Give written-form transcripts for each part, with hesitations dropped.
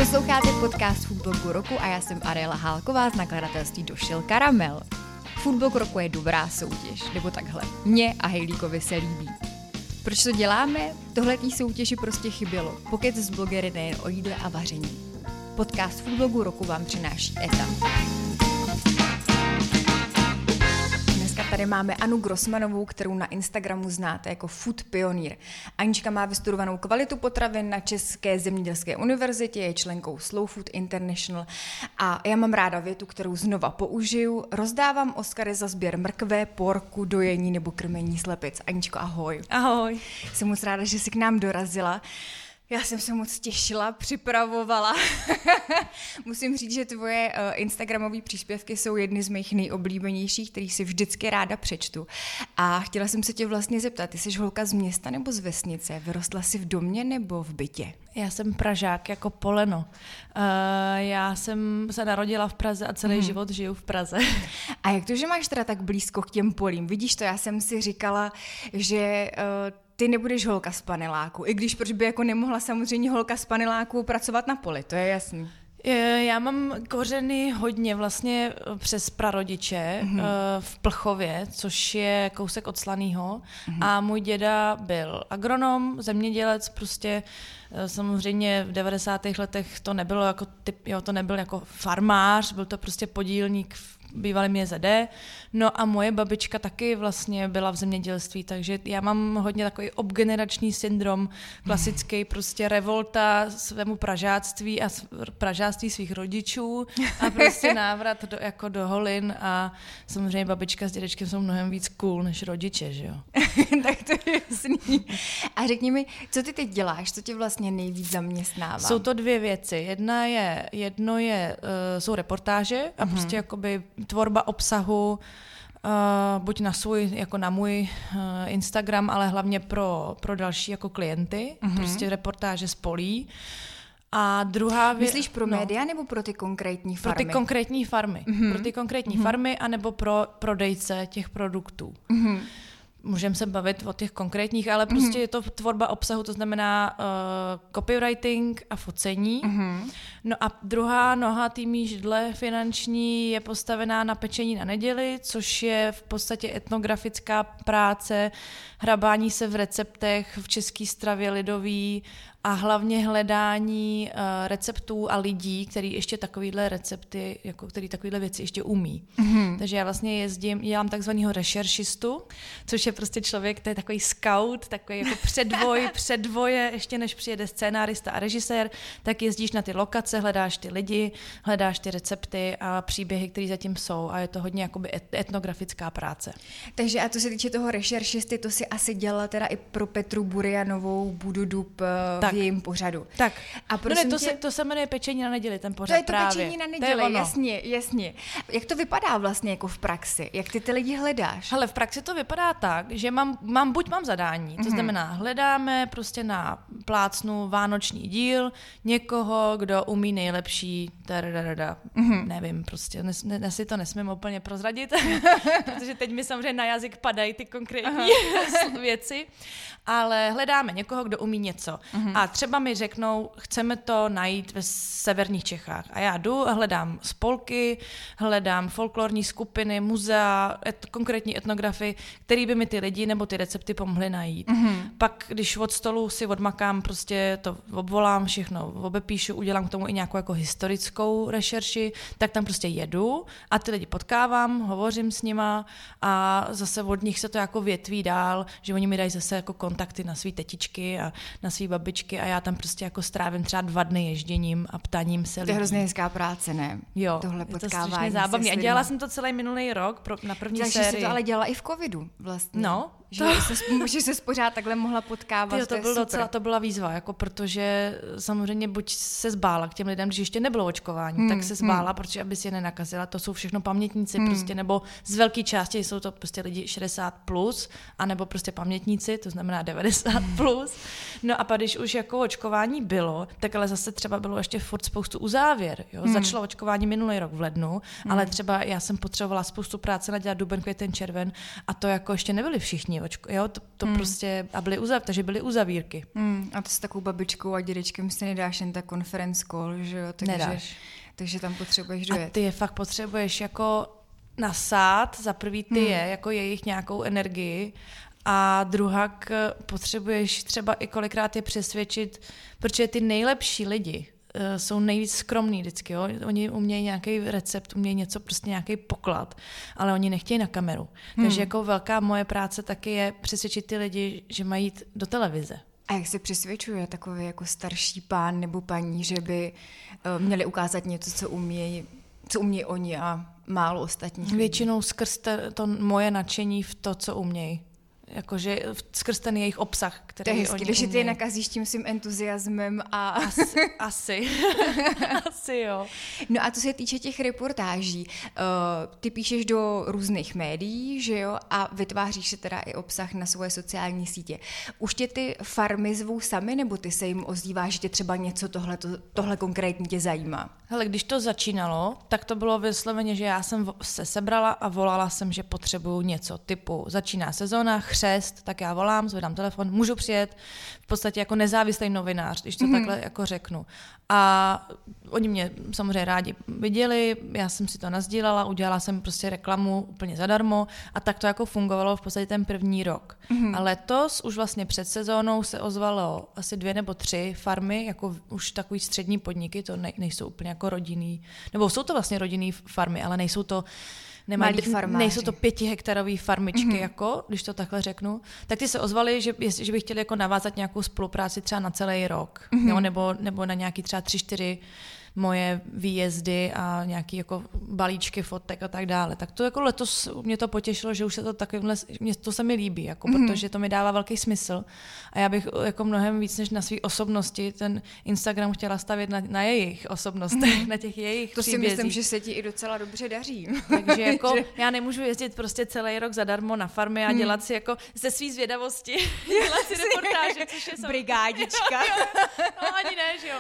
Posloucháte podcast Foodblogu roku a já jsem Ariela Hálková z nakladatelství Došel Karamel. Foodblog roku je dobrá soutěž, nebo takhle. Mně a Hejlíkovi se líbí. Proč to děláme? Tohletý soutěži prostě chybělo. Pokec s blogery nejen o jídle a vaření. Podcast Foodblogu roku vám přináší ETA. Tady máme Anu Grossmanovou, kterou na Instagramu znáte jako Food Pionýr. Anička má vystudovanou kvalitu potravin na České zemědělské univerzitě, je členkou Slow Food International a já mám ráda větu, kterou znova použiju. Rozdávám Oscary za sběr mrkve, porku, dojení nebo krmení slepic. Aničko, ahoj. Ahoj. Jsem moc ráda, že jsi k nám dorazila. Já jsem se moc těšila, připravovala. Musím říct, že tvoje instagramové příspěvky jsou jedny z mých nejoblíbenějších, který si vždycky ráda přečtu. A chtěla jsem se tě vlastně zeptat, ty jsi holka z města nebo z vesnice? Vyrostla jsi v domě nebo v bytě? Já jsem Pražák jako poleno. Já jsem se narodila v Praze a celý život žiju v Praze. A jak to, že máš teda tak blízko k těm polím? Vidíš to, já jsem si říkala, že ty nebudeš holka z paneláku, i když proč by jako nemohla samozřejmě holka z paneláku pracovat na poli, to je jasný. Já mám kořeny hodně vlastně přes prarodiče v Plchově, což je kousek od Slanýho a můj děda byl agronom, zemědělec, prostě samozřejmě v 90. letech to nebylo jako to nebyl jako farmář, byl to prostě podílník v bývalém JZD. No a moje babička taky vlastně byla v zemědělství, takže já mám hodně takový obgenerační syndrom, klasický prostě revolta svému pražáctví a pražáctví svých rodičů a prostě návrat do holin a samozřejmě babička s dědečkem jsou mnohem víc cool než rodiče, že jo? Tak to je jasný. A řekni mi, co ty teď děláš, co tě vlastně nejvíc zaměstnává? Jsou to dvě věci. Jsou reportáže a prostě jakoby tvorba obsahu, buď na můj Instagram, ale hlavně pro další jako klienty, prostě reportáže z polí. A druhá věc... Myslíš pro média nebo pro ty konkrétní farmy? Pro ty konkrétní farmy. Pro ty konkrétní farmy anebo pro prodejce těch produktů. Můžeme se bavit o těch konkrétních, ale prostě je to tvorba obsahu, to znamená copywriting a focení. No a druhá noha té mý židle finanční je postavená na pečení na neděli, což je v podstatě etnografická práce, hrabání se v receptech, v české stravě lidový a hlavně hledání receptů a lidí, který ještě takovýhle recepty, jako který takovýhle věci ještě umí. Takže já vlastně dělám takzvanýho rešeršistu, což je prostě člověk, to je takový scout, takový jako předvoje, ještě než přijede scénárista a režisér, tak jezdíš na ty lokace, hledáš ty lidi, hledáš ty recepty a příběhy, které zatím jsou a je to hodně jakoby etnografická práce. Takže a to se týče toho rešeršisty, to si asi dělala teda i pro Petru Burianovou Bududub v jejím pořadu. Tak. A to se jmenuje Pečení na neděli, ten pořad. To je to právě. Pečení na neděli, jasně. Jak to vypadá vlastně jako v praxi? Jak ty lidi hledáš? Hele, v praxi to vypadá tak, že mám zadání, to znamená hledáme prostě na plácnu vánoční díl někoho, kdo umí nejlepší nevím, prostě si to nesmím úplně prozradit, protože teď mi samozřejmě na jazyk padají ty konkrétní věci, ale hledáme někoho, kdo umí něco. A třeba mi řeknou, chceme to najít ve severních Čechách. A já jdu a hledám spolky, hledám folklorní skupiny, muzea, konkrétní etnografy, který by mi ty lidi nebo ty recepty pomohly najít. Pak, když od stolu si odmakám, prostě to obvolám, všechno obepíšu, udělám k tomu i nějakou jako historickou rešerši, tak tam prostě jedu a ty lidi potkávám, hovořím s nima a zase od nich se to jako větví dál, že oni mi dají zase jako kontakty na svý tetičky a na svý babičky a já tam prostě jako strávím třeba 2 dny ježděním a ptáním se lidí. To je hrozně hezká práce, ne? Jo, tohle je to strašně zábavný. A dělala jsem to celý minulý rok na první sérii. Jsi to ale dělala i v covidu vlastně. No. Že se pořád takhle mohla potkávat. To byla výzva, jako protože samozřejmě buď se zbála k těm lidem, když ještě nebylo očkování, tak se zbála, protože aby si je nenakazila. To jsou všechno pamětníci prostě, nebo z velké části jsou to prostě lidi 60+, anebo prostě pamětníci, to znamená 90+. No a pak, když už jako očkování bylo, tak ale zase třeba bylo ještě furt spoustu uzávěr. Jo? Začalo očkování minulý rok v lednu, ale třeba já jsem potřebovala spoustu práce nadělat duben, květen, červen a to jako ještě nebyli všichni jo, to prostě, a takže byly uzavírky. A to s takovou babičkou a dědečkem si nedáš jen tak conference call, že jo? Takže tam potřebuješ dojet. A ty je fakt potřebuješ jako nasát, za prvý ty jako jejich nějakou energii a druhak potřebuješ třeba i kolikrát je přesvědčit, protože ty nejlepší lidi jsou nejvíc skromní vždycky, jo? Oni umějí nějaký recept, umějí něco, prostě nějaký poklad, ale oni nechtějí na kameru. Takže jako velká moje práce taky je přesvědčit ty lidi, že mají jít do televize. A jak se přesvědčuje takový jako starší pán nebo paní, že by měli ukázat něco, co umějí oni a málo ostatních? Většinou skrz to moje nadšení v to, co umějí. Jakože skrz ten jejich obsah, který oni umějí. Když ty je nakazíš tím svým entuziasmem a... Asi jo. No a co se týče těch reportáží, ty píšeš do různých médií, že jo, a vytváříš si teda i obsah na svoje sociální sítě. Už tě ty farmy zvou sami, nebo ty se jim ozýváš, že tě třeba něco tohle konkrétně tě zajímá? Hele, když to začínalo, tak to bylo vysloveně, že já jsem se sebrala a volala jsem, že potřebuju něco typu začíná sezóna, chřest, tak já volám, zvedám telefon, můžu přijet, v podstatě jako nezávislý novinář, když to takhle jako řeknu. A oni mě samozřejmě rádi viděli, já jsem si to nasdílala, udělala jsem prostě reklamu úplně zadarmo a tak to jako fungovalo v podstatě ten první rok. A letos už vlastně před sezónou se ozvalo asi 2 nebo 3 farmy, jako už takový střední podniky, to nejsou úplně jako rodinný, nebo jsou to vlastně rodinný farmy, ale nejsou to nejsou to 5hektarové farmičky, jako, když to takhle řeknu, tak ty se ozvali, že by chtěli jako navázat nějakou spolupráci třeba na celý rok, jo, nebo na nějaký třeba 3-4 moje výjezdy a nějaký jako balíčky fotek a tak dále. Tak to jako letos mě to potěšilo, že už se to takovýmhle, to se mi líbí, jako, protože to mi dává velký smysl a já bych jako mnohem víc než na své osobnosti ten Instagram chtěla stavět na jejich osobnostech, na těch jejich to příbězích. Si myslím, že se ti i docela dobře daří. Takže jako já nemůžu jezdit prostě celý rok zadarmo na farmy a dělat si jako ze svý zvědavosti, dělat si reportáže, což je brigádička. No ani ne, že jo.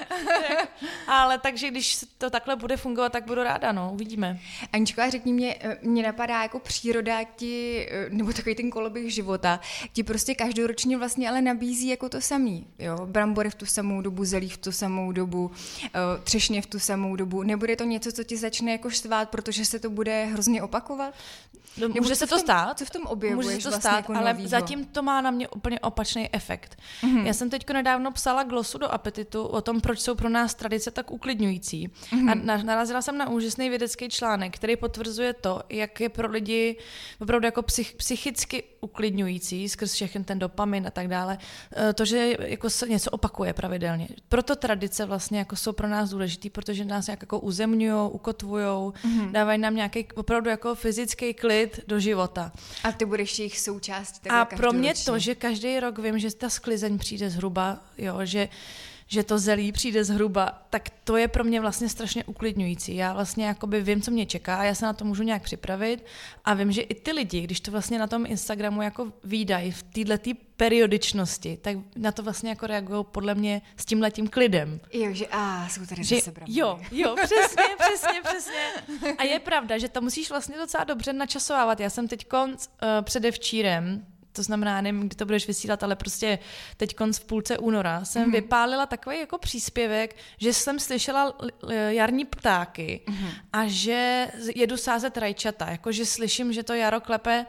Ale takže když to takhle bude fungovat, tak budu ráda, no, uvidíme. Aničko, a řekni mě napadá jako příroda ti, nebo takový ten koloběh života, ti prostě každoročně vlastně ale nabízí jako to samý, jo, brambory v tu samou dobu, zelí v tu samou dobu, třešně v tu samou dobu, nebude to něco, co ti začne jako štvát, protože se to bude hrozně opakovat? No, může se to stát. Co v tom objevuješ může se to vlastně stát, jako ale novýho? zatím to má na mě úplně opačný efekt. Já jsem teďko nedávno psala glosu do Apetitu o tom, proč jsou pro nás tradice tak uklidňující. A narazila jsem na úžasný vědecký článek, který potvrzuje to, jak je pro lidi opravdu jako psychicky uklidňující skrz všechny ten dopamin a tak dále, to, že jako se něco opakuje pravidelně. Proto tradice vlastně jako jsou pro nás důležitý, protože nás jako uzemňujou, ukotvujou, dávají nám nějaký opravdu jako fyzický klid do života. A ty budeš jejich součástí. A pro mě to, že každý rok vím, že ta sklizeň přijde zhruba, jo, že to zelí přijde zhruba, tak to je pro mě vlastně strašně uklidňující. Já vlastně jakoby vím, co mě čeká a já se na to můžu nějak připravit a vím, že i ty lidi, když to vlastně na tom Instagramu jako vídají v této periodičnosti, tak na to vlastně jako reagují podle mě s tímhletím klidem. Jo, že jsou tady zase brambory. Jo, přesně. A je pravda, že to musíš vlastně docela dobře načasovávat. Já jsem teďko předevčírem, to znamená, nevím, kdy to budeš vysílat, ale prostě teď v půlce února jsem vypálila takový jako příspěvek, že jsem slyšela jarní ptáky a že jedu sázet rajčata, jakože slyším, že to jaro klepe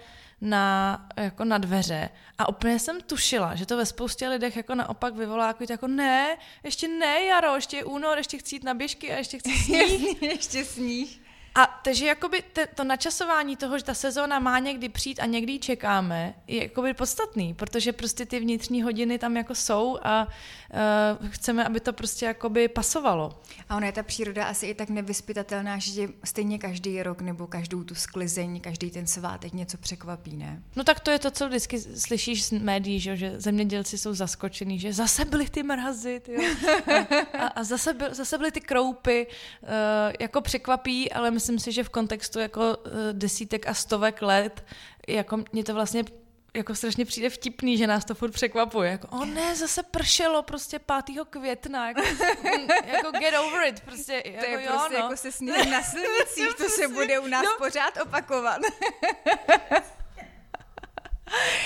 na dveře a úplně jsem tušila, že to ve spoustě lidech jako naopak vyvolá jako ne, ještě ne jaro, ještě je únor, ještě chci jít na běžky a ještě chci sníh. Ještě sníh. A takže jakoby to načasování toho, že ta sezóna má někdy přijít a někdy čekáme, je jakoby podstatný, protože prostě ty vnitřní hodiny tam jako jsou a chceme, aby to prostě jakoby pasovalo. A ona je ta příroda asi i tak nevyzpytatelná, že stejně každý rok nebo každou tu sklizeň, každý ten svátek něco překvapí, ne? No tak to je to, co vždycky slyšíš z médií, že zemědělci jsou zaskočení, že zase byly ty mrazy, a zase byly ty kroupy, jako překvapí, ale myslím si, že v kontextu jako desítek a stovek let, jako mě to vlastně jako strašně přijde vtipný, že nás to furt překvapuje. Jako, ne, zase pršelo prostě 5. května. Jako get over it. Prostě, to jako, je prostě jako se sněhem na silnicích, to se bude u nás pořád opakovat.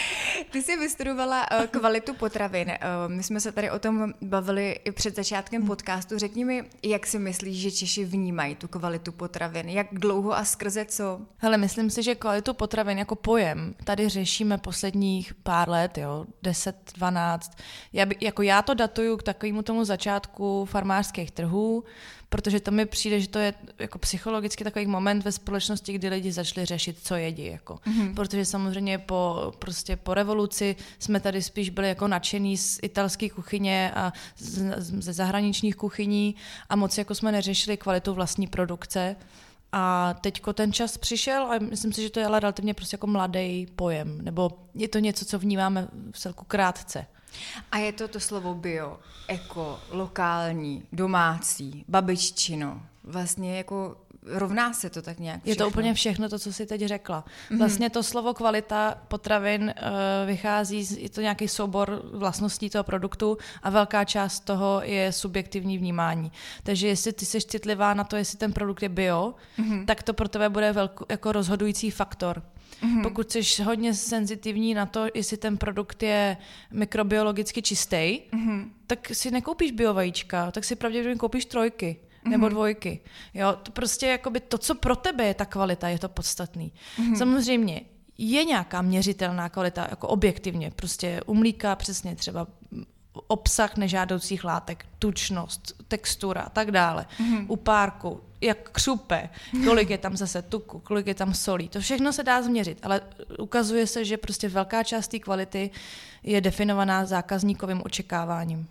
Ty jsi vystudovala kvalitu potravin. My jsme se tady o tom bavili i před začátkem podcastu. Řekni mi, jak si myslíš, že Češi vnímají tu kvalitu potravin? Jak dlouho a skrze co? Hele, myslím si, že kvalitu potravin jako pojem tady řešíme posledních pár let, 10, 12. Já to datuju k takovému tomu začátku farmářských trhů, protože to mi přijde, že to je jako psychologicky takový moment ve společnosti, kdy lidi začali řešit, co jedí. Jako. Protože samozřejmě po revoluci jsme tady spíš byli jako nadšení z italské kuchyně a ze zahraničních kuchyní a moc jako jsme neřešili kvalitu vlastní produkce. A teďko ten čas přišel a myslím si, že to je ale relativně prostě jako mladý pojem, nebo je to něco, co vnímáme v celku krátce. A je to slovo bio, eko, lokální, domácí, babiččino, vlastně jako rovná se to tak nějak všechno. Je to úplně všechno to, co jsi teď řekla. Vlastně to slovo kvalita potravin vychází, je to nějaký soubor vlastností toho produktu a velká část toho je subjektivní vnímání. Takže jestli ty jsi citlivá na to, jestli ten produkt je bio, tak to pro tebe bude jako rozhodující faktor. Pokud jsi hodně senzitivní na to, jestli ten produkt je mikrobiologicky čistý, tak si nekoupíš bio vajíčka, tak si pravděpodobně koupíš 3 nebo 2. Jo, to prostě jakoby to, co pro tebe je ta kvalita, je to podstatný. Samozřejmě je nějaká měřitelná kvalita, jako objektivně, prostě u mlíka přesně třeba obsah nežádoucích látek, tučnost, textura a tak dále. U párku, jak křupe, kolik je tam zase tuku, kolik je tam solí. To všechno se dá změřit, ale ukazuje se, že prostě velká část té kvality je definovaná zákazníkovým očekáváním.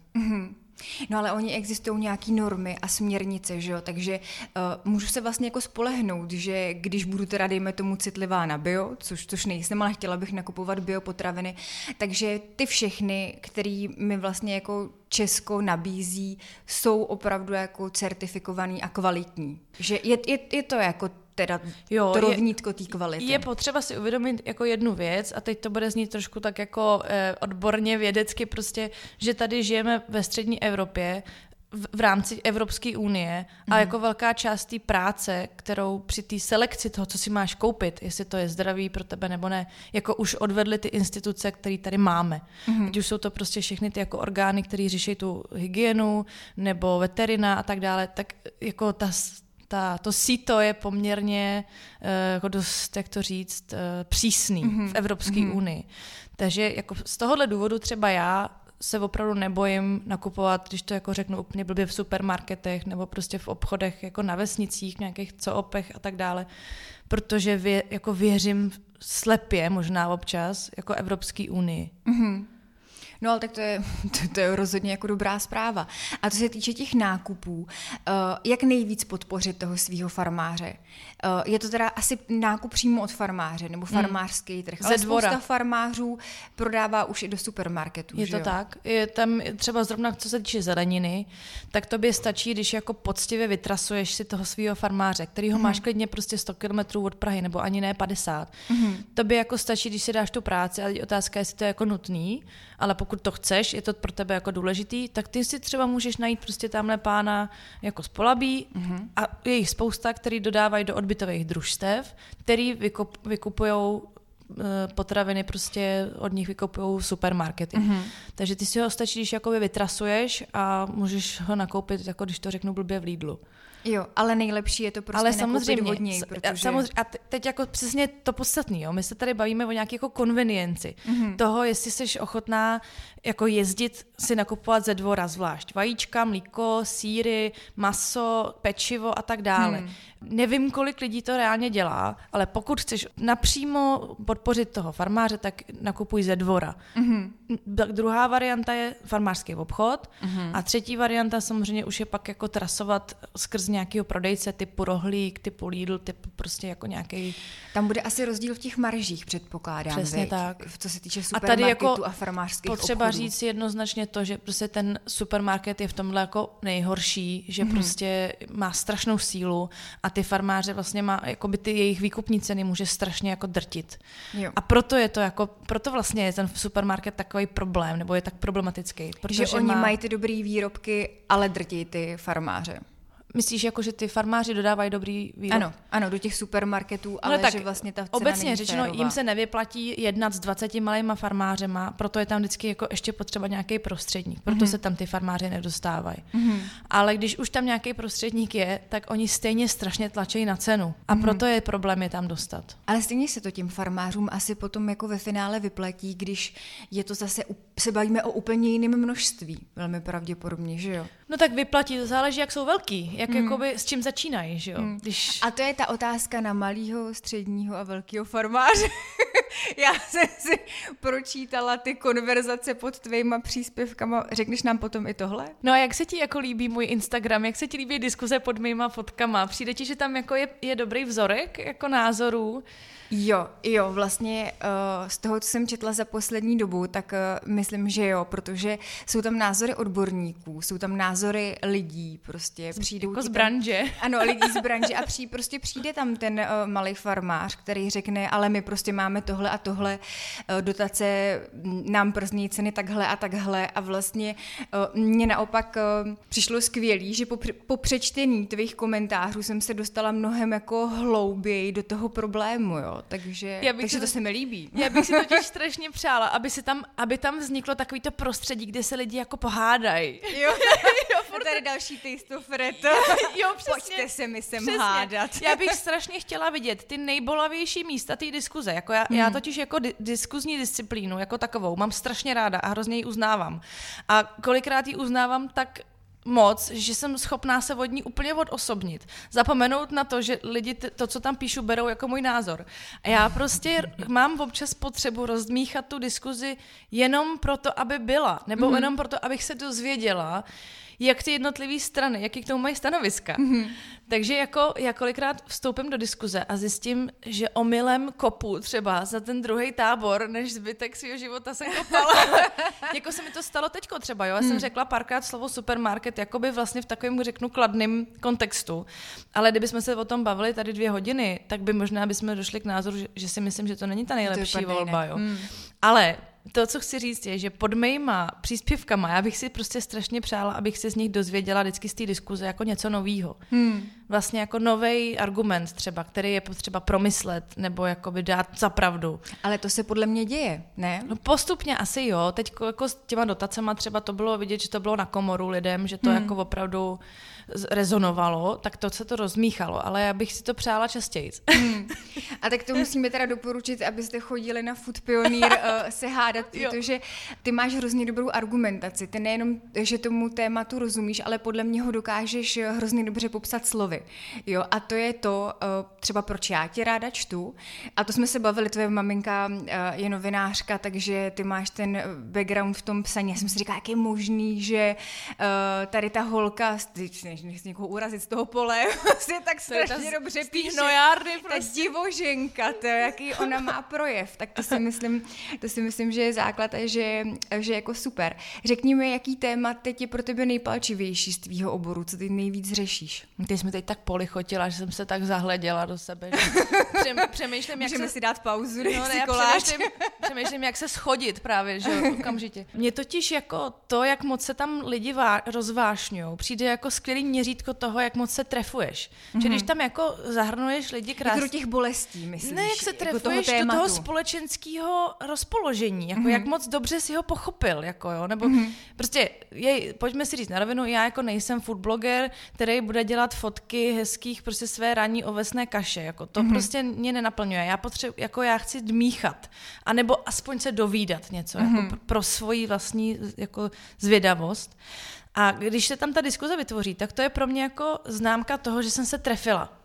No ale oni existují nějaký normy a směrnice, že jo? Takže můžu se vlastně jako spolehnout, že když budu teda, dejme tomu, citlivá na bio, což nejsem, ale chtěla bych nakupovat biopotraviny, takže ty všechny, který mi vlastně jako Česko nabízí, jsou opravdu jako certifikovaný a kvalitní. Že je to jako teda to rovnítko té kvality. Je potřeba si uvědomit jako jednu věc a teď to bude znít trošku tak jako odborně, vědecky prostě, že tady žijeme ve střední Evropě v rámci Evropské unie a jako velká část té práce, kterou při té selekci toho, co si máš koupit, jestli to je zdravý pro tebe nebo ne, jako už odvedly ty instituce, které tady máme. Ať už jsou to prostě všechny ty jako orgány, které řeší tu hygienu nebo veterina a tak dále, tak jako to síto je poměrně jako dost, jak to říct, přísný v Evropské unii. Takže jako z tohohle důvodu třeba já se opravdu nebojím nakupovat, když to jako řeknu úplně blbě, v supermarketech nebo prostě v obchodech jako na vesnicích, nějakých coopech a tak dále, protože jako věřím slepě možná občas jako Evropské unii. No ale tak to je rozhodně jako dobrá zpráva. A co se týče těch nákupů, jak nejvíc podpořit toho svého farmáře? Je to teda asi nákup přímo od farmáře, nebo farmářský trh, ale spousta farmářů prodává už i do supermarketů. Je to tak. Je tam třeba zrovna, co se týče zeleniny, tak tobě stačí, když jako poctivě vytrasuješ si toho svého farmáře, kterýho máš klidně prostě 100 kilometrů od Prahy, nebo ani ne 50. Tobě jako stačí, když si dáš tu práci, ale otázka je, jestli to je jako nutný, ale pokud to chceš, je to pro tebe jako důležitý, tak ty si třeba můžeš najít prostě tamhle pána jako z Polabí a je jich spousta, který dodávají do odbytových družstev, který vykupujou potraviny, prostě od nich vykupujou supermarkety. Takže ty si ho stačí, když jakoby vytrasuješ a můžeš ho nakoupit, jako když to řeknu blbě, v Lidlu. Jo, ale nejlepší je to prostě nakoupit od něj, protože... A teď jako přesně to podstatný, jo. My se tady bavíme o nějaké jako konvenienci. Toho, jestli jsi ochotná jako jezdit si nakupovat ze dvora zvlášť. Vajíčka, mlíko, sýry, maso, pečivo a tak dále. Nevím, kolik lidí to reálně dělá, ale pokud chceš napřímo podpořit toho farmáře, tak nakupuj ze dvora. Druhá varianta je farmářský obchod a třetí varianta samozřejmě už je pak jako trasovat skrz nějakého prodejce typu Rohlík, typu Lidl, typu prostě jako nějaký... Tam bude asi rozdíl v těch maržích, předpokládám. Přesně tak. Co se týče supermarketu a farmářských obchodů. Potřeba říct jednoznačně to, že prostě ten supermarket je v tomhle jako nejhorší, že prostě má strašnou sílu a ty farmáře vlastně má, jakoby ty jejich výkupní ceny může strašně jako drtit. Jo. A proto vlastně je ten supermarket takový problém, nebo je tak problematický. Že oni mají ty dobrý výrobky, ale drtí ty farmáře. myslíš jako, že ty farmáři dodávají dobrý výrobky? Ano, do těch supermarketů, ale tak že vlastně ta cena obecně není řečeno, férová. jim se nevyplatí jednat s 20 malýma farmářema, proto je tam vždycky jako ještě potřeba nějaký prostředník, proto se tam ty farmáři nedostávají. Ale když už tam nějaký prostředník je, tak oni stejně strašně tlačí na cenu a proto je problém je tam dostat. Ale stejně se to těm farmářům asi potom jako ve finále vyplatí, když je to zase, se bavíme o úplně jiném množství, velmi pravděpodobně, že jo? No tak vyplatí, to záleží, jak jsou velký, jak jakoby s čím začínají, že jo? Když... A to je ta otázka na malýho, středního a velkýho farmáře. Já jsem si pročítala ty konverzace pod tvýma příspěvkama. Řekneš nám potom i tohle? No a jak se ti jako líbí můj Instagram, jak se ti líbí diskuze pod mýma fotkama? Přijde ti, že tam jako je dobrý vzorek jako názorů? Jo, vlastně z toho, co jsem četla za poslední dobu, tak myslím, že jo, protože jsou tam názory odborníků, jsou tam názory lidí, prostě přijdou jako z branže. Ano, lidí z branže a prostě přijde tam ten malý farmář, který řekne, ale my prostě máme tohle a tohle, dotace nám przní ceny takhle a takhle a vlastně mně naopak přišlo skvělý, že po přečtení tvých komentářů jsem se dostala mnohem jako hlouběji do toho problému, jo. Takže to se mi líbí. Já bych si totiž strašně přála, aby tam vzniklo takovýto prostředí, kde se lidi jako pohádají. Jo, tady další Tastofret. Jo, přesně. Pojďte se mi sem hádat. Já bych strašně chtěla vidět ty nejbolavější místa té diskuze. Jako já totiž jako diskuzní disciplínu jako takovou mám strašně ráda a hrozně ji uznávám. A kolikrát ji uznávám tak moc, že jsem schopná se od ní úplně odosobnit. Zapomenout na to, že lidi to, co tam píšu, berou jako můj názor. A já prostě mám občas potřebu rozdmíchat tu diskuzi jenom proto, aby byla. Nebo jenom proto, abych se dozvěděla, jak ty jednotlivé strany, jaký k tomu mají stanoviska. Takže jako já kolikrát vstoupím do diskuze a zjistím, že omylem kopu třeba za ten druhý tábor, než zbytek svého života jsem kopala. Jako se mi to stalo teďko třeba, jo. Já jsem řekla párkrát slovo supermarket, jakoby vlastně v takovém, řeknu, kladném kontextu. Ale kdybychom se o tom bavili tady 2 hodiny, tak by možná bychom došli k názoru, že si myslím, že to není ta nejlepší volba, jo. Ale to, co chci říct, je, že pod mýma příspěvkama já bych si prostě strašně přála, abych si z nich dozvěděla vždycky z té diskuze jako něco novýho. Vlastně jako novej argument třeba, který je potřeba promyslet nebo jakoby dát za pravdu. Ale to se podle mě děje, ne? No postupně asi jo. Teď jako s těma dotacema třeba to bylo vidět, že to bylo na komoru lidem, že to jako opravdu rezonovalo, tak to se to rozmíchalo, ale já bych si to přála častěji. A tak to musíme teda doporučit, abyste chodili na Food Pioneer se hádat, protože ty máš hrozně dobrou argumentaci. Ty nejenom, že tomu tématu rozumíš, ale podle mě ho dokážeš hrozně dobře popsat slovy. Jo, a to je to, třeba proč já tě ráda čtu. A to jsme se bavili, tvoje maminka je novinářka, takže ty máš ten background v tom psaní. Já jsem si říkala, jak je možný, že tady ta holka, nechci někoho urazit z toho pole, je tak strašně dobře píše. Ta divoženka, to jaký ona má projev, tak to si myslím, že je základ a že jako super. Řekni mi, jaký téma teď je pro tebe nejpalčivější z tvýho oboru, co ty nejvíc řešíš? Ty jsi mi teď tak polichotila, že jsem se tak zahleděla do sebe. Přemýšlím, jak můžeme si dát pauzu, přemýšlím, jak se schodit právě, že okamžitě. Mně totiž jako to, jak moc se tam lidi rozvášňujou, přijde jako skvělý měřítko toho, jak moc se trefuješ. Že když tam jako zahrnuješ lidi krásně. Jako do těch bolestí, myslíš? Ne, jak se trefuješ do toho společenského rozpoložení, jako jak moc dobře si ho pochopil, jako jo, nebo prostě, pojďme si říct na rovinu, já jako nejsem food bloger, který bude dělat fotky hezkých prostě své ranní ovesné kaše, jako to prostě mě nenaplňuje. Já chci dmíchat, anebo aspoň se dovídat něco, jako pro svoji vlastní jako zvědavost. A když se tam ta diskuze vytvoří, tak to je pro mě jako známka toho, že jsem se trefila.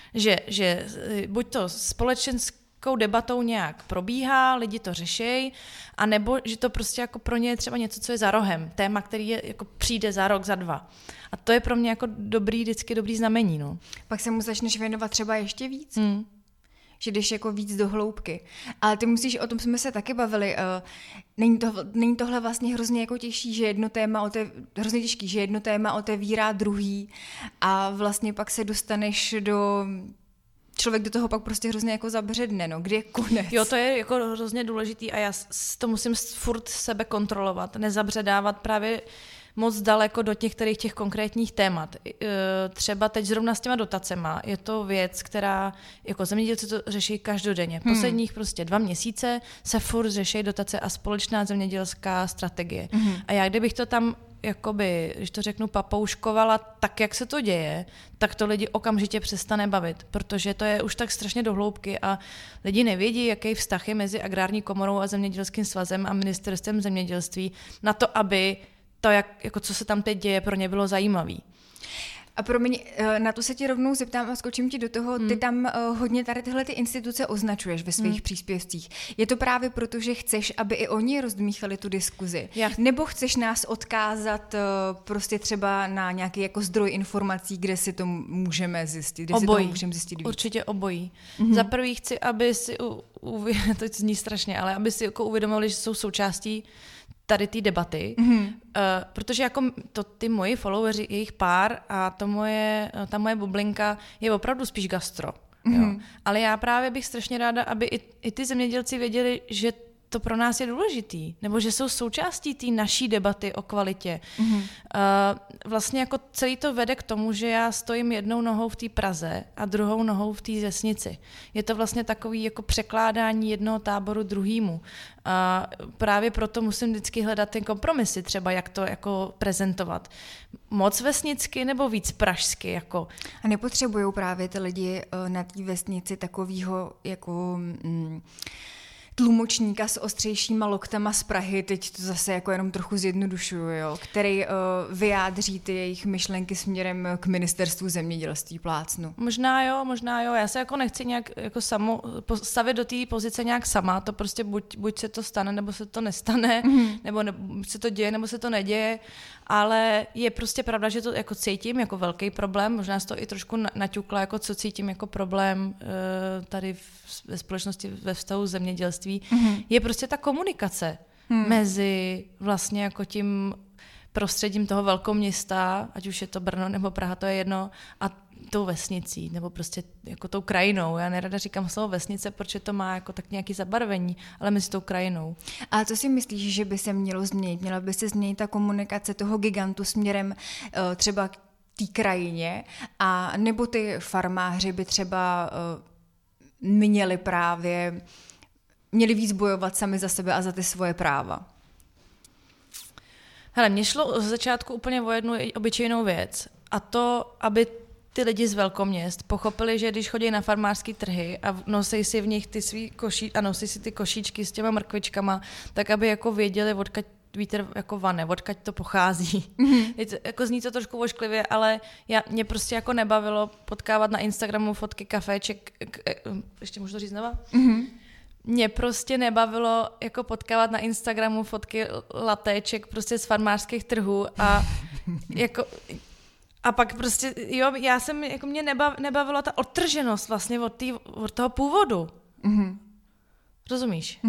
Že buď to společenskou debatou nějak probíhá, lidi to řešejí, anebo že to prostě jako pro ně je třeba něco, co je za rohem. Téma, který je, jako přijde za rok, za 2. A to je pro mě jako vždycky dobrý znamení. No. Pak se mu začneš věnovat třeba ještě víc? Že jdeš jako víc do hloubky. Ale ty musíš, o tom jsme se taky bavili, není tohle vlastně hrozně jako těžší, že hrozně těžký, že jedno téma otevírá druhý a vlastně pak se dostaneš člověk do toho pak prostě hrozně jako zabředne, no, kdy je konec. Jo, to je jako hrozně důležitý a já to musím furt sebe kontrolovat, nezabředávat právě moc daleko do některých těch konkrétních témat. Třeba teď zrovna s těma dotacema je to věc, která jako zemědělci to řeší každodenně. Posledních prostě 2 měsíce se furt řeší dotace a společná zemědělská strategie. A já kdybych to tam jakoby, když to řeknu, papouškovala tak, jak se to děje, tak to lidi okamžitě přestane bavit, protože to je už tak strašně do hloubky a lidi nevědí, jaký vztah je mezi Agrární komorou a Zemědělským svazem a Ministerstvem zemědělství na to, aby to, jako co se tam teď děje, pro ně bylo zajímavý. A promiň, na to se ti rovnou zeptám a skočím ti do toho, ty tam hodně tady tyhle ty instituce označuješ ve svých příspěvcích. Je to právě proto, že chceš, aby i oni rozdmíchali tu diskuzi? Nebo chceš nás odkázat prostě třeba na nějaký jako zdroj informací, kde si to můžeme zjistit? Kde obojí. Si to můžeme zjistit víc? Určitě obojí. Za prvý chci, aby si, to zní strašně, ale aby si jako uvědomili, že jsou součástí tady ty debaty, protože jako ty moji followeri, je jich pár a ta moje bublinka je opravdu spíš gastro. Jo. Ale já právě bych strašně ráda, aby i ty zemědělci věděli, že to pro nás je důležitý, nebo že jsou součástí té naší debaty o kvalitě. Vlastně jako celý to vede k tomu, že já stojím jednou nohou v té Praze a druhou nohou v té vesnici. Je to vlastně takový jako překládání jednoho táboru druhýmu. A právě proto musím vždycky hledat ten kompromisy, třeba jak to jako prezentovat. Moc vesnicky nebo víc pražsky? Jako. A nepotřebují právě ty lidi na té vesnici takovýho jako... tlumočníka s ostřejšíma loktama z Prahy, teď to zase jako jenom trochu zjednodušuju, jo, který vyjádří ty jejich myšlenky směrem k Ministerstvu zemědělství, plácnu. Možná jo, já se jako nechci nějak jako stavit do té pozice nějak sama, to prostě buď se to stane, nebo se to nestane, nebo se to děje, nebo se to neděje, ale je prostě pravda, že to jako cítím jako velký problém, možná se to i trošku naťukla, jako co cítím jako problém tady ve společnosti ve vztahu zemědělství, je prostě ta komunikace mezi vlastně jako tím prostředím toho velkoměsta, ať už je to Brno nebo Praha, to je jedno, a tou vesnicí, nebo prostě jako tou krajinou. Já nerada říkám slovo vesnice, protože to má jako tak nějaký zabarvení, ale mezi tou krajinou. A co si myslíš, že by se mělo změnit? Měla by se změnit ta komunikace toho gigantu směrem třeba k té krajině, a nebo ty farmáři by třeba měli víc bojovat sami za sebe a za ty svoje práva? Hele, mně šlo z začátku úplně o jednu obyčejnou věc, a to, aby ty lidi z velkoměst pochopili, že když chodí na farmářské trhy a nosí si v nich ty svý a nosí si ty košíčky s těma mrkvičkama, tak aby jako věděli, odkud vítr jako vane, odkud to pochází. Jako zní to trošku ošklivě, ale mě prostě jako nebavilo potkávat na Instagramu fotky kaféček, ještě můžu to říct znova? Mě prostě nebavilo jako potkávat na Instagramu fotky latéček prostě z farmářských trhů a pak prostě, jo, mě nebavilo ta odtrženost vlastně od toho původu. Rozumíš?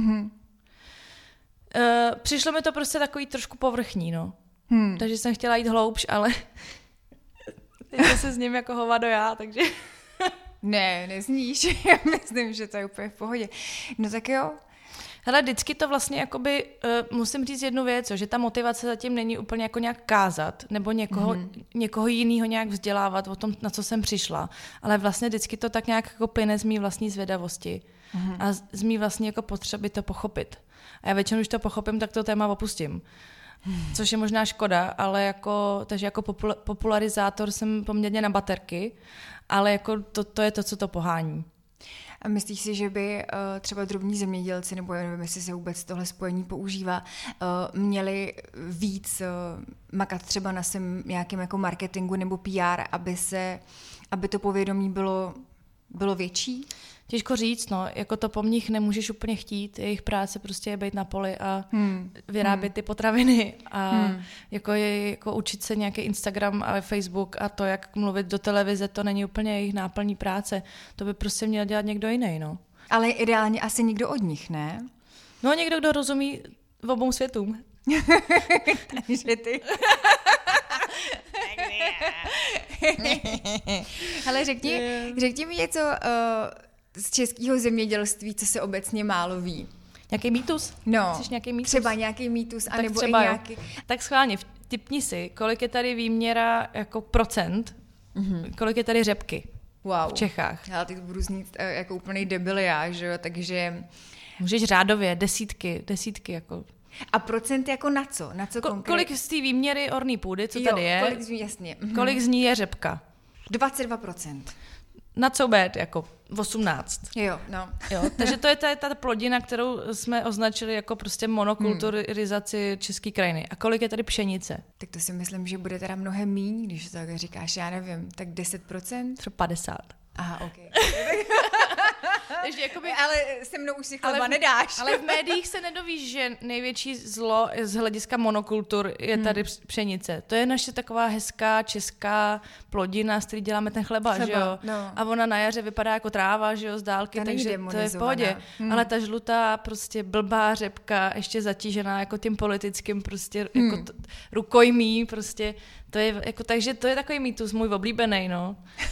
Přišlo mi to prostě takový trošku povrchní, no. Takže jsem chtěla jít hloubš, ale teď se s ním jako hovado já, takže... Ne, nezníš. Já myslím, že to je úplně v pohodě. No tak jo. Hele, vždycky to vlastně jakoby, musím říct jednu věc, že ta motivace zatím není úplně jako nějak kázat, nebo někoho jiného nějak vzdělávat o tom, na co jsem přišla, ale vlastně vždycky to tak nějak jako plyne z mý vlastní zvědavosti a z mý vlastní jako potřeby to pochopit. A já většinou, když to pochopím, tak to téma opustím. Což je možná škoda, ale takže jako popularizátor jsem poměrně na baterky, ale jako to je to, co to pohání. A myslíš si, že by třeba drobní zemědělci, nebo nevím, jestli se vůbec tohle spojení používá, měli víc makat třeba na svém nějakém jako marketingu nebo PR, aby to povědomí bylo větší? Těžko říct, no, jako to po mních nemůžeš úplně chtít, jejich práce prostě je být na poli a vyrábět ty potraviny a jako učit se nějaký Instagram a Facebook a to, jak mluvit do televize, to není úplně jejich náplní práce, to by prostě měl dělat někdo jiný, no. Ale ideálně asi nikdo od nich, ne? No, někdo, kdo rozumí v obou světům. Takže ty. Ale řekni mi něco z českého zemědělství, co se obecně málo ví. Nějaký mýtus? No, chceš nějaký mýtus? Třeba nějaký mýtus, anebo třeba i nějaký... Tak schválně, tipni si, kolik je tady výměra jako procent, kolik je tady řepky v Čechách. Já teď budu znít jako úplný debil já, že jo, takže... Můžeš řádově, desítky jako... A procent jako na co? Na co konkrétně? Kolik z té výměry orný půdy, co tady je? Kolik z ní, jasně. Kolik z ní je řepka? 22%. Na co bet, jako 18. Jo, no. Jo, takže to je ta plodina, kterou jsme označili jako prostě monokulturizaci české krajiny. A kolik je tady pšenice? Tak to si myslím, že bude teda mnohem míň, když to tak říkáš, já nevím, tak 10%? Třeba 50. Aha, ok. Takže jakoby, ale se mnou už si chleba nedáš. Ale v médiích se nedovíš, že největší zlo z hlediska monokultur je tady pšenice. To je naše taková hezká česká plodina, z který děláme ten chleba, že jo? No. A ona na jaře vypadá jako tráva, že jo, z dálky, takže to je v pohodě. Ale ta žlutá prostě blbá řepka, ještě zatížená jako tím politickým prostě jako rukojmí, prostě to je jako, takže to je takový mýtus můj oblíbený, no.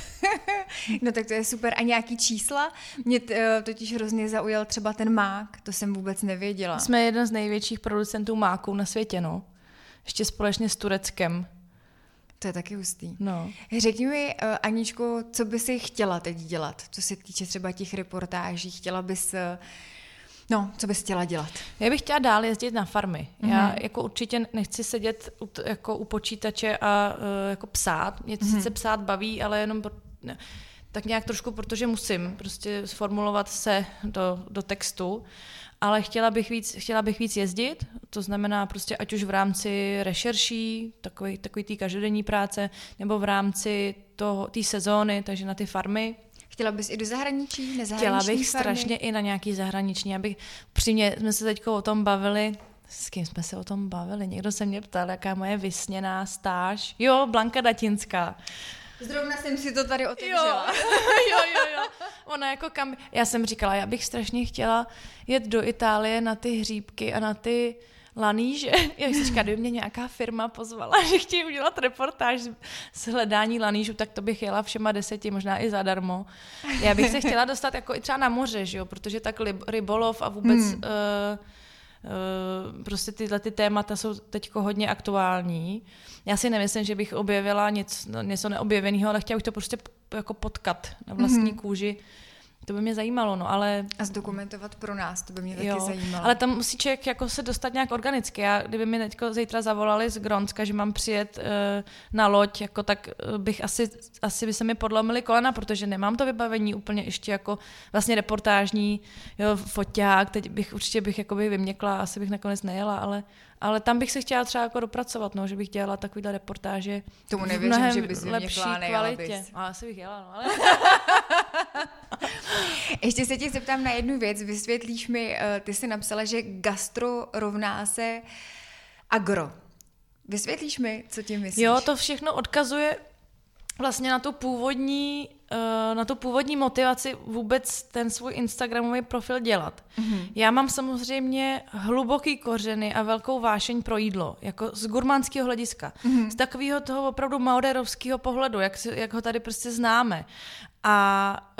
No tak to je super. A nějaký čísla? Mě totiž hrozně zaujal třeba ten mák, to jsem vůbec nevěděla. Jsme jeden z největších producentů máků na světě, no. Ještě společně s Tureckem. To je taky hustý. No. Řekni mi, Aničko, co by si chtěla teď dělat, co se týče třeba těch reportáží? Chtěla bys... No, co bys chtěla dělat? Já bych chtěla dál jezdit na farmy. Já jako určitě nechci sedět jako u počítače a jako psát. Mě sice psát baví, ale jenom tak nějak trošku, protože musím prostě sformulovat se do textu, ale chtěla bych víc jezdit, to znamená prostě ať už v rámci rešerší, takový té každodenní práce, nebo v rámci té sezóny, takže na ty farmy. Chtěla bys i do zahraničí, Chtěla bych strašně i na nějaký zahraniční, přímě jsme se teď o tom bavili, s kým jsme se o tom bavili, někdo se mě ptal, jaká je moje vysněná stáž. Jo, Blanka Datinská. Zrovna jsem si to tady otevřela. Jo. Ona jako kam... Já jsem říkala, já bych strašně chtěla jet do Itálie na ty hříbky a na ty laníže. Já si říkala, kdyby mě nějaká firma pozvala, že chtějí udělat reportáž z hledání lanížů, tak to bych jela všema 10, možná i zadarmo. Já bych se chtěla dostat jako i třeba na moře, že jo? Protože tak rybolov a vůbec... prostě tyhle ty témata jsou teďko hodně aktuální. Já si nemyslím, že bych objevila něco neobjeveného, ale chtěla bych to prostě jako potkat na vlastní kůži. To by mě zajímalo, no, ale... A zdokumentovat pro nás, to by mě taky zajímalo. Ale tam musí člověk jako se dostat nějak organicky. Kdyby mi teďko zítra zavolali z Grónska, že mám přijet na loď, jako, tak bych asi by se mi podlomily kolena, protože nemám to vybavení úplně ještě jako vlastně reportážní, jo, foťák, teď bych určitě jakoby vyměkla, asi bych nakonec nejela, ale tam bych se chtěla třeba jako dopracovat, no, že bych dělala takovýhle reportáže. Tomu nevěřím, že bys lepší kvalitě. Asi bych jela, no, ale... Ještě se tě zeptám na jednu věc, vysvětlíš mi, ty jsi napsala, že gastro rovná se agro. Vysvětlíš mi, co tím myslíš? Jo, to všechno odkazuje vlastně na tu původní motivaci vůbec ten svůj instagramový profil dělat. Já mám samozřejmě hluboký kořeny a velkou vášeň pro jídlo, jako z gurmánského hlediska. Z takového toho opravdu maurerovského pohledu, jak ho tady prostě známe. A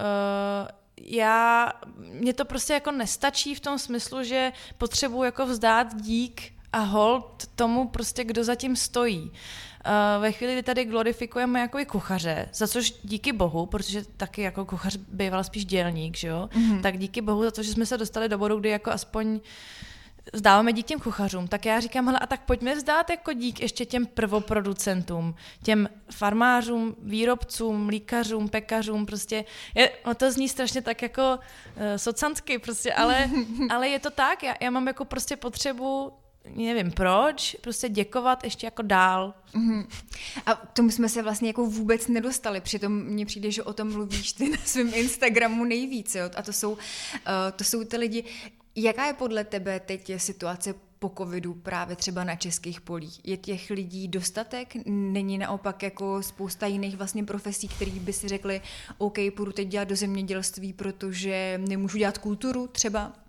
mně to prostě jako nestačí v tom smyslu, že potřebuji jako vzdát dík a hold tomu prostě, kdo zatím stojí. Ve chvíli, kdy tady glorifikujeme jako i kuchaře, za což díky bohu, protože taky jako kuchař býval spíš dělník, že jo? Tak díky bohu za to, že jsme se dostali do bodu, kdy jako aspoň vzdáváme dík těm kuchařům, tak já říkám, hele, a tak pojďme vzdát jako dík ještě těm prvoproducentům, těm farmářům, výrobcům, mlýkařům, pekařům, prostě, to zní strašně tak jako socansky, prostě, ale je to tak, já mám jako prostě potřebu, nevím proč, prostě děkovat ještě jako dál. A k tomu jsme se vlastně jako vůbec nedostali, přitom mně přijde, že o tom mluvíš ty na svém Instagramu nejvíc, jo? A to jsou ty lidi. Jaká je podle tebe teď situace po covidu právě třeba na českých polích? Je těch lidí dostatek? Není naopak jako spousta jiných vlastně profesí, který by si řekli, OK, půjdu teď dělat do zemědělství, protože nemůžu dělat kulturu třeba?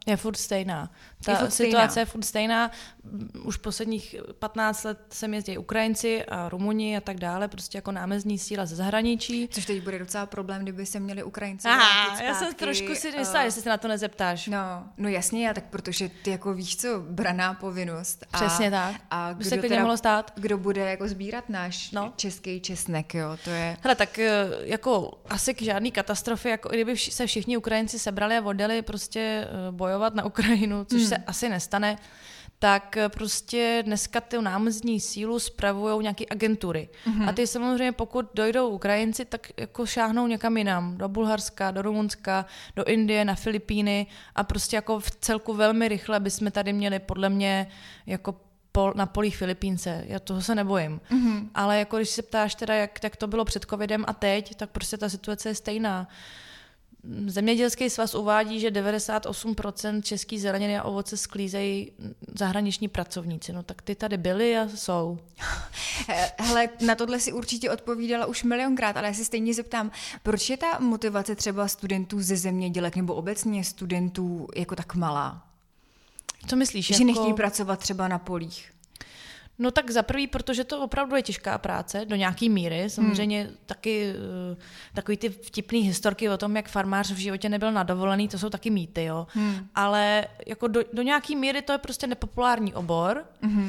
Je furt stejná. Ta situace je furt stejná. Už posledních 15 let sem jezdí Ukrajinci a Rumuni a tak dále, prostě jako námezdní síla ze zahraničí. Což teď bude docela problém, kdyby se měli Ukrajinci vrátit zpátky. Já jsem trošku si myslela, jestli se na to nezeptáš. No jasně, tak protože ty jako víš co, branná povinnost. Přesně tak. A by se klidně mohlo stát. Kdo bude jako sbírat náš český česnek, jo, to je... Hele, tak jako asi k žádný katastrofy, jako kdyby se všichni Ukrajinci sebrali a odjeli prostě bojovat na Ukrajinu, což se asi nestane, tak prostě dneska tu námořní sílu spravujou nějaké agentury. A ty samozřejmě, pokud dojdou Ukrajinci, tak jako šáhnou někam jinam, do Bulharska, do Rumunska, do Indie, na Filipíny a prostě jako v celku velmi rychle bychom tady měli podle mě jako na polích Filipínce. Já toho se nebojím. Ale jako když se ptáš teda, jak to bylo před covidem a teď, tak prostě ta situace je stejná. Zemědělský svaz uvádí, že 98% český zeleniny a ovoce sklízejí zahraniční pracovníci. No tak ty tady byli a jsou. Hele, na tohle si určitě odpovídala už milionkrát, ale já si stejně zeptám, proč je ta motivace třeba studentů ze zemědělek nebo obecně studentů jako tak malá? Co myslíš? Že nechtějí pracovat třeba na polích? No tak za prvý, protože to opravdu je těžká práce, do nějaký míry. Samozřejmě taky takový ty vtipný historky o tom, jak farmář v životě nebyl na dovolený, to jsou taky mýty, jo. Ale jako do nějaký míry to je prostě nepopulární obor,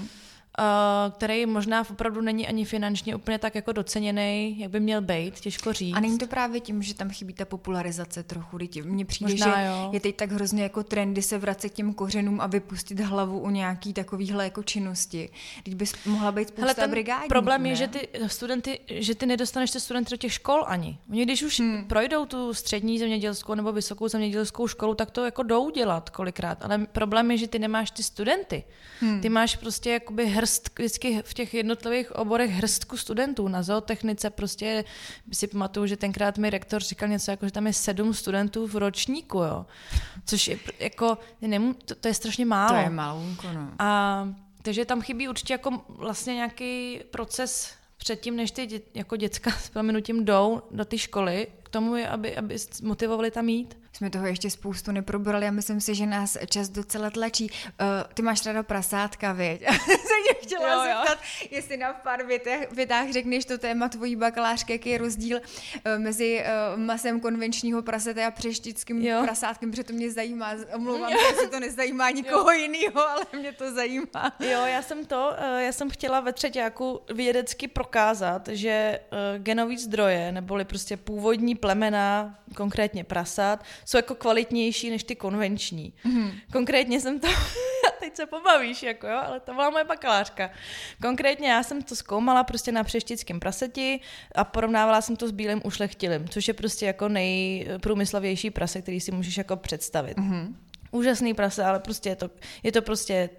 který možná opravdu není ani finančně úplně tak jako doceněný, jak by měl být, těžko říct. A není to právě tím, že tam chybí ta popularizace trochu? Mně přijde, možná, že jo. Je teď tak hrozně jako trendy se vracet k těm kořenům a vypustit hlavu u nějaký takovýhle jako činnosti. Teď bys mohla být spousta brigádníků. Problém je, že ty studenty, že ty nedostaneš ty studenty do těch škol ani. Oni když už projdou tu střední zemědělskou nebo vysokou zemědělskou školu, tak to jako jdou dělat kolikrát. Ale problém je, že ty nemáš ty studenty. Ty máš prostě jakoby vždycky v těch jednotlivých oborech hrstku studentů. Na zootechnice prostě si pamatuju, že tenkrát mi rektor říkal něco jako, že tam je 7 studentů v ročníku, jo. Což je jako, to je strašně málo. To je malunko, no. A takže tam chybí určitě jako vlastně nějaký proces předtím, než ty jako děcka s prominutím jdou do té školy, k tomu je, aby motivovali tam jít. Jsme toho ještě spoustu neprobrali a myslím si, že nás čas docela tlačí. Ty máš ráda prasátka, viď? Jsem tě chtěla zeptat, jestli na pár větách řekneš to téma tvojí bakalářky, jaký je rozdíl mezi masem konvenčního prasete a přeštickým prasátkem, protože to mě zajímá. Omlouvám se, jestli to nezajímá nikoho jiného, ale mě to zajímá. Jo, já jsem chtěla ve třeťáku vědecky prokázat, že genový zdroje, neboli prostě původní plemena, konkrétně prasat, jsou jako kvalitnější než ty konvenční. Konkrétně jsem to, teď se pobavíš, jako jo, ale to byla moje bakalářka. Konkrétně já jsem to zkoumala prostě na přeštickém praseti a porovnávala jsem to s bílým ušlechtilým, což je prostě jako nejprůmyslovější prase, který si můžeš jako představit. Úžasný prase, ale prostě je to prostě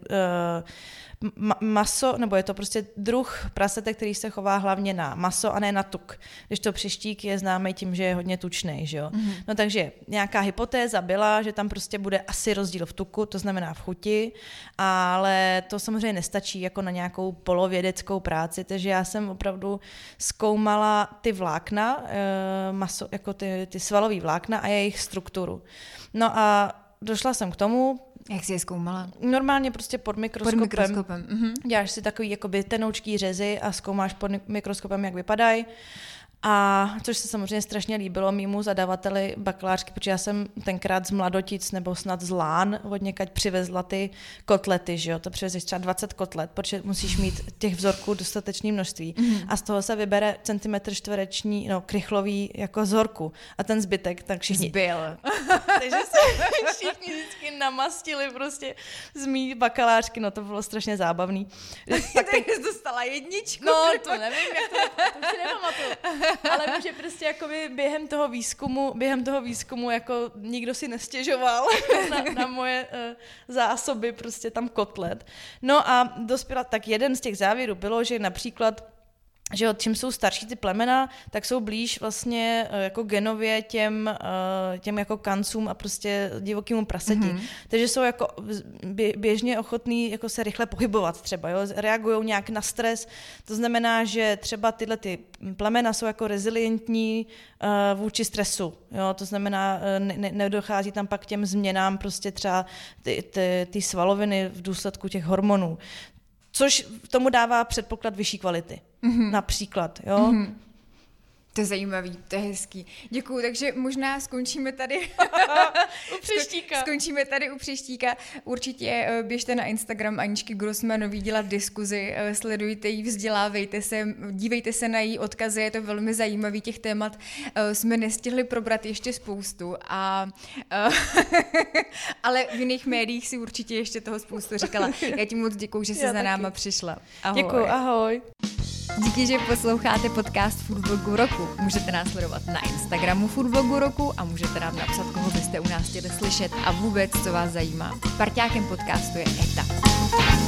maso, nebo je to prostě druh prasete, který se chová hlavně na maso a ne na tuk. Když to přeštík je známý tím, že je hodně tučnej, že jo. No takže nějaká hypotéza byla, že tam prostě bude asi rozdíl v tuku, to znamená v chuti, ale to samozřejmě nestačí jako na nějakou polovědeckou práci, takže já jsem opravdu zkoumala ty vlákna, maso, jako ty svalový vlákna a jejich strukturu. No a došla jsem k tomu. Jak jsi je zkoumala? Normálně prostě pod mikroskopem. Pod mikroskopem. Děláš si takový jakoby tenoučký řezy a zkoumáš pod mikroskopem, jak vypadají. A což se samozřejmě strašně líbilo mýmu zadavateli bakalářky, protože já jsem tenkrát z Mladotic nebo snad z Lán odněkať přivezla ty kotlety, že jo, to přivezeš třeba 20 kotlet, protože musíš mít těch vzorků dostatečné množství a z toho se vybere centimetr čtvereční, krychlový jako vzorku a ten zbytek tak všichni... Zbyl. Takže se všichni vždycky namastili prostě z mý bakalářky, no to bylo strašně zábavný. Tak jsi dostala jedničku. No, to nevím, jak to si nepamatuju. Ale že prostě jakoby během toho výzkumu jako nikdo si nestěžoval na moje zásoby, prostě tam kotlet. No a dospěla, tak jeden z těch závěrů bylo, že například že jo, čím jsou starší ty plemena, tak jsou blíž vlastně jako genově těm jako kancům a prostě divokýmu praseti. Takže jsou jako běžně ochotný jako se rychle pohybovat třeba, jo, reagujou nějak na stres. To znamená, že třeba tyhle ty plemena jsou jako rezilientní vůči stresu, jo, to znamená, nedochází tam pak k těm změnám prostě třeba ty svaloviny v důsledku těch hormonů. Což tomu dává předpoklad vyšší kvality. Například, jo. To je zajímavý, to je hezký. Děkuju, takže možná skončíme tady u Přeštíka. Skončíme tady u Přeštíka. Určitě běžte na Instagram Aničky Grossmanový dělat diskuzi, sledujte ji, vzdělávejte se, dívejte se na její odkazy, je to velmi zajímavý, těch témat jsme nestihli probrat ještě spoustu, ale v jiných médiích si určitě ještě toho spoustu říkala. Já ti moc děkuju, že jsi za náma přišla. Ahoj. Děkuju, ahoj. Díky, že posloucháte podcast Foodblogu roku. Můžete nás sledovat na Instagramu Foodblogu roku a můžete nám napsat, koho byste u nás chtěli slyšet a vůbec, co vás zajímá. Parťákem podcastu je Eta.